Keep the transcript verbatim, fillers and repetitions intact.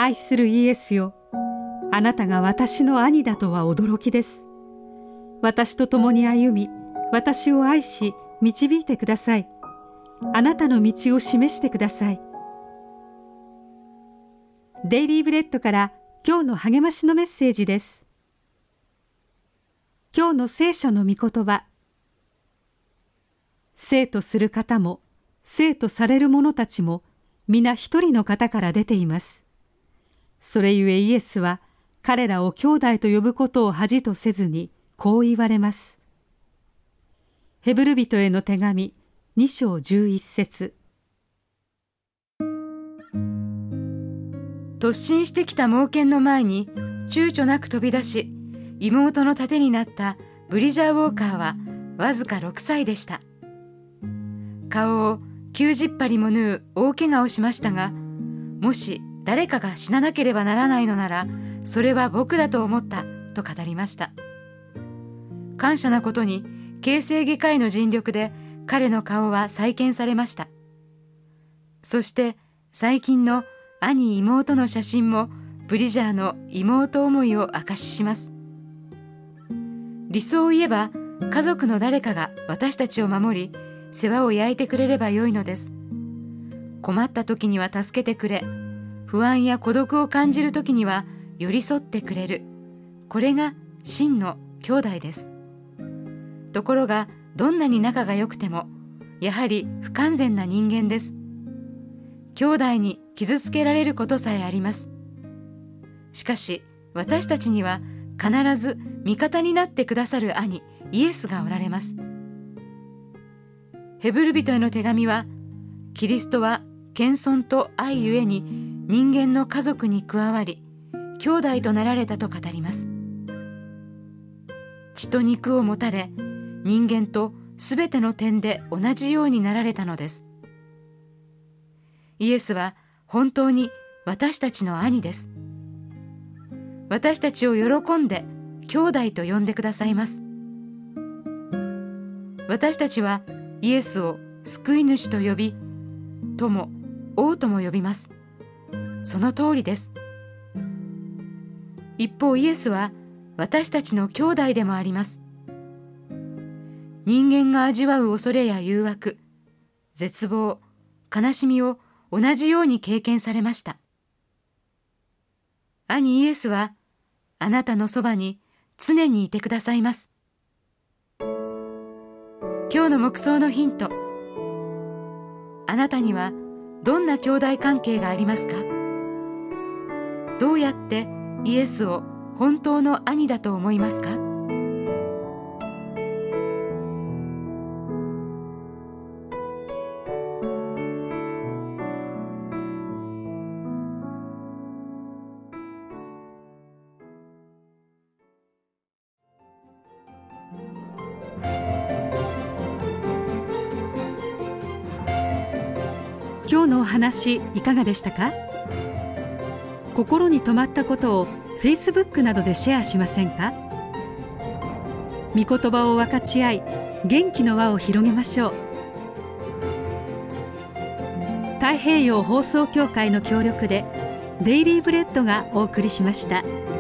愛するイエスよ、あなたが私の兄だとは驚きです。私と共に歩み、私を愛し導いてください。あなたの道を示してください。デイリーブレッドから今日の励ましのメッセージです。今日の聖書の御言葉。生とする方も生とされる者たちも皆一人の方から出ています。それゆえイエスは彼らを兄弟と呼ぶことを恥とせずにこう言われます。ヘブル人への手紙に章じゅういち節。 突進してきた猛犬の前に躊躇なく飛び出し、妹の盾になったブリジャー・ウォーカーはわずかろくさいでした。顔をきゅうじゅっ針も縫う大怪我をしましたが、もし誰かが死ななければならないのなら、それは僕だと思ったと語りました。感謝なことに形成外科医の尽力で彼の顔は再建されました。そして最近の兄妹の写真もブリジャーの妹思いを証しします。理想を言えば家族の誰かが私たちを守り世話を焼いてくれればよいのです。困った時には助けてくれ、不安や孤独を感じる時には寄り添ってくれる。これが真の兄弟です。ところがどんなに仲が良くてもやはり不完全な人間です。兄弟に傷つけられることさえあります。しかし私たちには必ず味方になってくださる兄イエスがおられます。ヘブル人への手紙は、キリストは謙遜と愛ゆえに人間の家族に加わり兄弟となられたと語ります。血と肉を持たれ人間とすべての点で同じようになられたのです。イエスは本当に私たちの兄です。私たちを喜んで兄弟と呼んでくださいます。私たちはイエスを救い主と呼び、友、王とも呼びます。その通りです。一方イエスは私たちの兄弟でもあります。人間が味わう恐れや誘惑、絶望、悲しみを同じように経験されました。兄イエスはあなたのそばに常にいてくださいます。今日の黙想のヒント。あなたにはどんな兄弟関係がありますか？どうやってイエスを本当の兄だと思いますか？ 今日のお話いかがでしたか？心に留まったことを フェイスブック などでシェアしませんか？御言葉を分かち合い、元気の輪を広げましょう。太平洋放送協会の協力でデイリーブレッドがお送りしました。